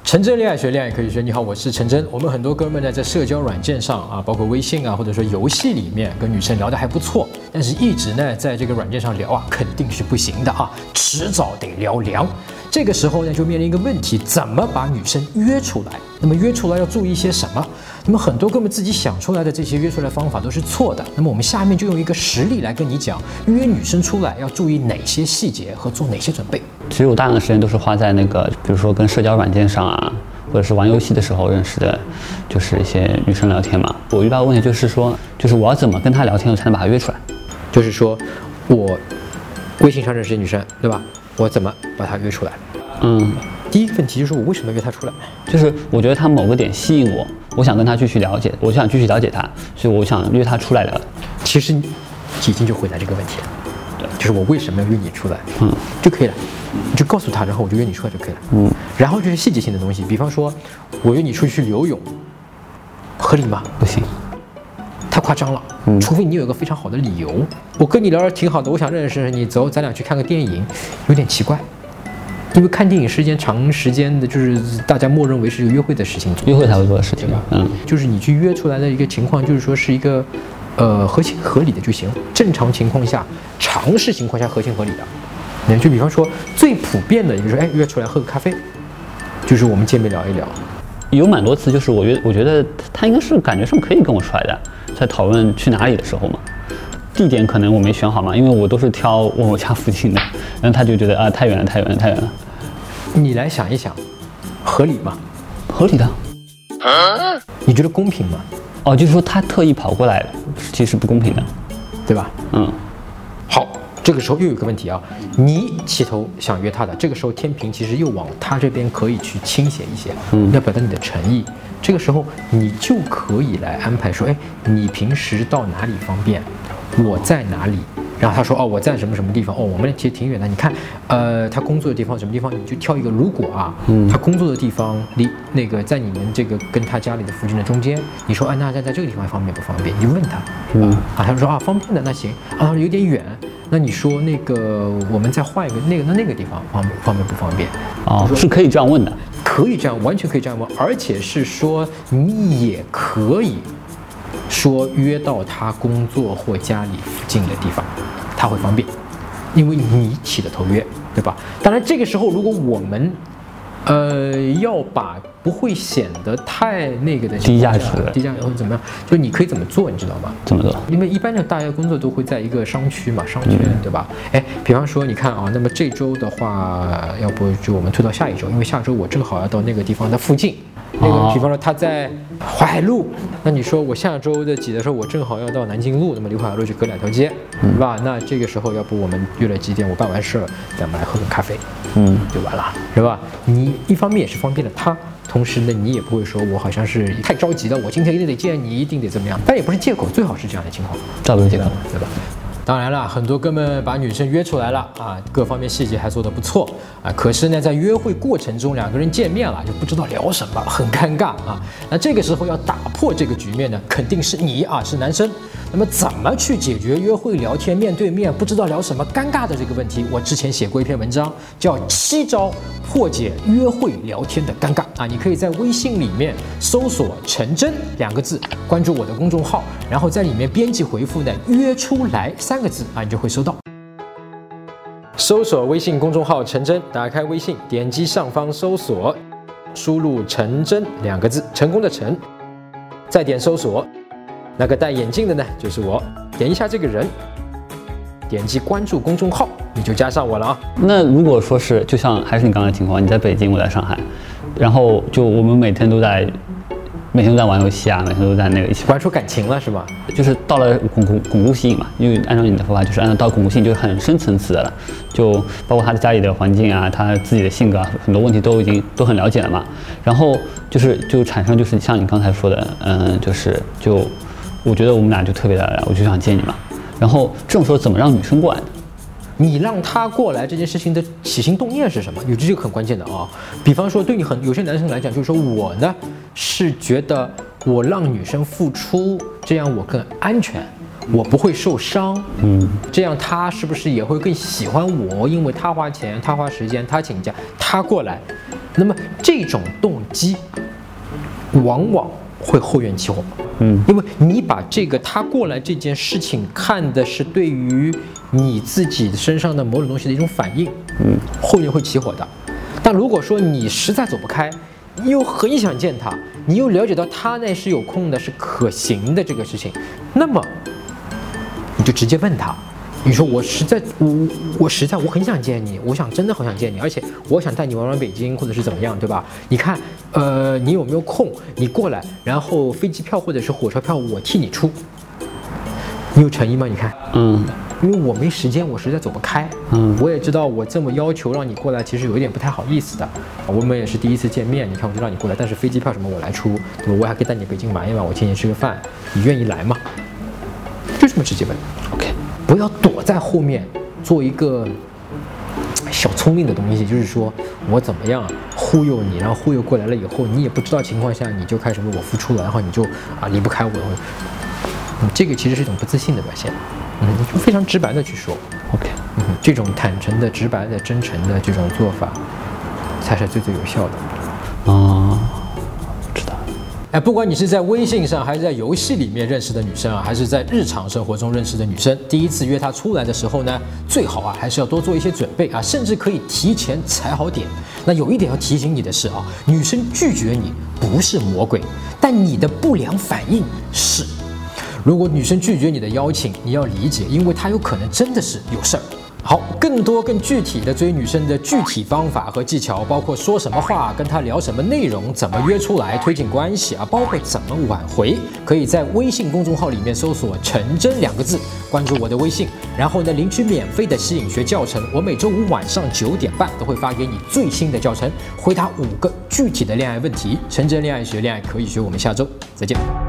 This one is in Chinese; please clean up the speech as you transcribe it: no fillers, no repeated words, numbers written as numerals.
陈真恋爱学，恋爱可以学。你好，我是陈真。我们很多哥们呢，在社交软件上啊，包括微信啊，或者说游戏里面，跟女生聊得还不错，但是一直呢，在这个软件上聊啊，肯定是不行的啊，迟早得聊凉。这个时候呢，就面临一个问题：怎么把女生约出来？那么约出来要注意一些什么？那么很多哥们自己想出来的这些约出来方法都是错的。那么我们下面就用一个实例来跟你讲，约女生出来要注意哪些细节和做哪些准备。 其实我大量的时间都是花在那个，比如说跟社交软件上啊，或者是玩游戏的时候认识的，就是一些女生聊天嘛。我遇到的问题就是说，就是我要怎么跟她聊天，我才能把她约出来？ 就是说我微信上认识的女生，对吧？我怎么把她约出来？第一个问题就是我为什么要约她出来？ 就是我觉得她某个点吸引我，我想跟她继续了解，我想继续了解她，所以我想约她出来聊。 其实你已经就回答这个问题了，对，就是我为什么要约你出来，就可以了，你就告诉她，然后我就约你出来就可以了，然后就是细节性的东西，比方说我约你出去游泳，合理吗？ 不行。 太夸张了，除非你有一个非常好的理由。我跟你聊得挺好的，我想认识你，走，咱俩去看个电影，有点奇怪。因为看电影是一件长时间的，就是大家默认为是一个约会的事情， 约会才会做的事情， 就是你去约出来的一个情况，就是说是一个，合情合理的就行。正常情况下，常识情况下合情合理的。那就比方说最普遍的，就是约出来喝个咖啡，就是我们见面聊一聊。 有蛮多次，就是我觉得他应该是感觉上可以跟我出来的，在讨论去哪里的时候嘛。地点可能我没选好嘛，因为我都是挑我家附近的，然后他就觉得啊太远了太远了太远了。 你来想一想，合理吗？ 合理的。 你觉得公平吗？ 哦，就是说他特意跑过来，其实不公平的， 对吧？好，这个时候又有一个问题啊，你起头想约他的，这个时候天平其实又往他这边可以去倾斜一些，要表达你的诚意。这个时候你就可以来安排说，你平时到哪里方便，我在哪里。然后他说，我在什么什么地方，我们其实挺远的。你看，他工作的地方什么地方，你就挑一个。如果他工作的地方离那个在你们这个跟他家里的附近的中间，你说，那在这个地方方便不方便？你就问他，他就说方便的，那行。他说有点远，那你说那个我们再换一个那个地方方便不方便？ 是可以这样问的， 可以这样，完全可以这样问，而且是说你也可以说约到他工作或家里附近的地方，他会方便，因为你起的头约，对吧？当然这个时候如果我们要把不会显得太那个的低价值或者怎么样，就你可以怎么做，你知道吗？ 怎么做？ 因为一般的大家工作都会在一个商区嘛，商圈，对吧？比方说你看那么这周的话，要不就我们推到下一周，因为下周我正好要到那个地方的附近。那个，比方说他在淮海路，那你说我下周的几的时候，我正好要到南京路，那么离淮海路就隔2条街，对吧？那这个时候，要不我们约了几点，我办完事了，咱们来喝个咖啡，就完了，是吧？你一方面也是方便了他，同时呢，你也不会说我好像是太着急了，我今天一定得见你，一定得怎么样，但也不是借口，最好是这样的情况， 照顾借口， 对吧？当然了，很多哥们把女生约出来了各方面细节还做得不错可是呢，在约会过程中，两个人见面了就不知道聊什么，很尴尬那这个时候要打破这个局面呢，肯定是你是男生。那么怎么去解决约会聊天面对面不知道聊什么尴尬的这个问题？我之前写过一篇文章，叫7招破解约会聊天的尴尬你可以在微信里面搜索“陈真”2个字，关注我的公众号，然后在里面编辑回复呢“约出来”3个字你就会收到。搜索微信公众号“陈真”，打开微信，点击上方搜索，输入“陈真”2个字，成功的陈，再点搜索。那个戴眼镜的呢，就是我。点一下这个人，点击关注公众号，你就加上我了那如果说是，就像还是你刚才的情况，你在北京，我在上海，然后就我们每天都在玩游戏每天都在那个一起玩出感情了是吗？ 就是到了巩固性嘛，因为按照你的说法，就是按照到巩固性就是很深层次的了，就包括他的家里的环境他自己的性格很多问题都很了解了嘛。然后就产生就是像你刚才说的，我觉得我们俩就特别的，我就想见你嘛。然后这种时候怎么让女生过来呢？ 你让他过来这件事情的起心动念是什么？这就很关键的比方说，对你有些男生来讲，就是说我呢是觉得我让女生付出，这样我更安全，我不会受伤，这样他是不是也会更喜欢我？因为他花钱，他花时间，他请假，他过来。那么这种动机往往会后院起火。因为你把他过来这件事情看的是对于你自己身上的某种东西的一种反应，后院会起火的。但如果说你实在走不开，你又很想见他，你又了解到他那是有空的，是可行的这个事情，那么你就直接问他，你说我实在我很想见你，我真的很想见你，而且我想带你玩北京或者是怎么样，对吧？你看，你有没有空？你过来，然后飞机票或者是火车票我替你出，你有诚意吗？你看，因为我没时间，我实在走不开。我也知道我这么要求让你过来，其实有一点不太好意思的。我们也是第一次见面，你看我就让你过来，但是飞机票什么我来出，对吧？我还可以带你北京玩一玩，我请你吃个饭，你愿意来吗？就这么直接问 ，OK， 不要躲在后面做一个小聪明的东西，就是说我怎么样忽悠你，然后忽悠过来了以后，你也不知道情况下，你就开始为我付出了，然后你就离不开我，这个其实是一种不自信的表现。你就非常直白的去说 ，OK，这种坦诚的、直白的、真诚的这种做法，才是最有效的。 知道。 不管你是在微信上，还是在游戏里面认识的女生还是在日常生活中认识的女生，第一次约她出来的时候呢，最好还是要多做一些准备甚至可以提前踩好点。那有一点要提醒你的是女生拒绝你不是魔鬼，但你的不良反应是。如果女生拒绝你的邀请，你要理解，因为她有可能真的是有事儿。好，更多更具体的追女生的具体方法和技巧，包括说什么话、跟她聊什么内容、怎么约出来、推进关系包括怎么挽回，可以在微信公众号里面搜索"陈真"2个字，关注我的微信，然后呢领取免费的吸引学教程。我每周五晚上9点半都会发给你最新的教程，回答5个具体的恋爱问题。陈真恋爱学，恋爱可以学。我们下周再见。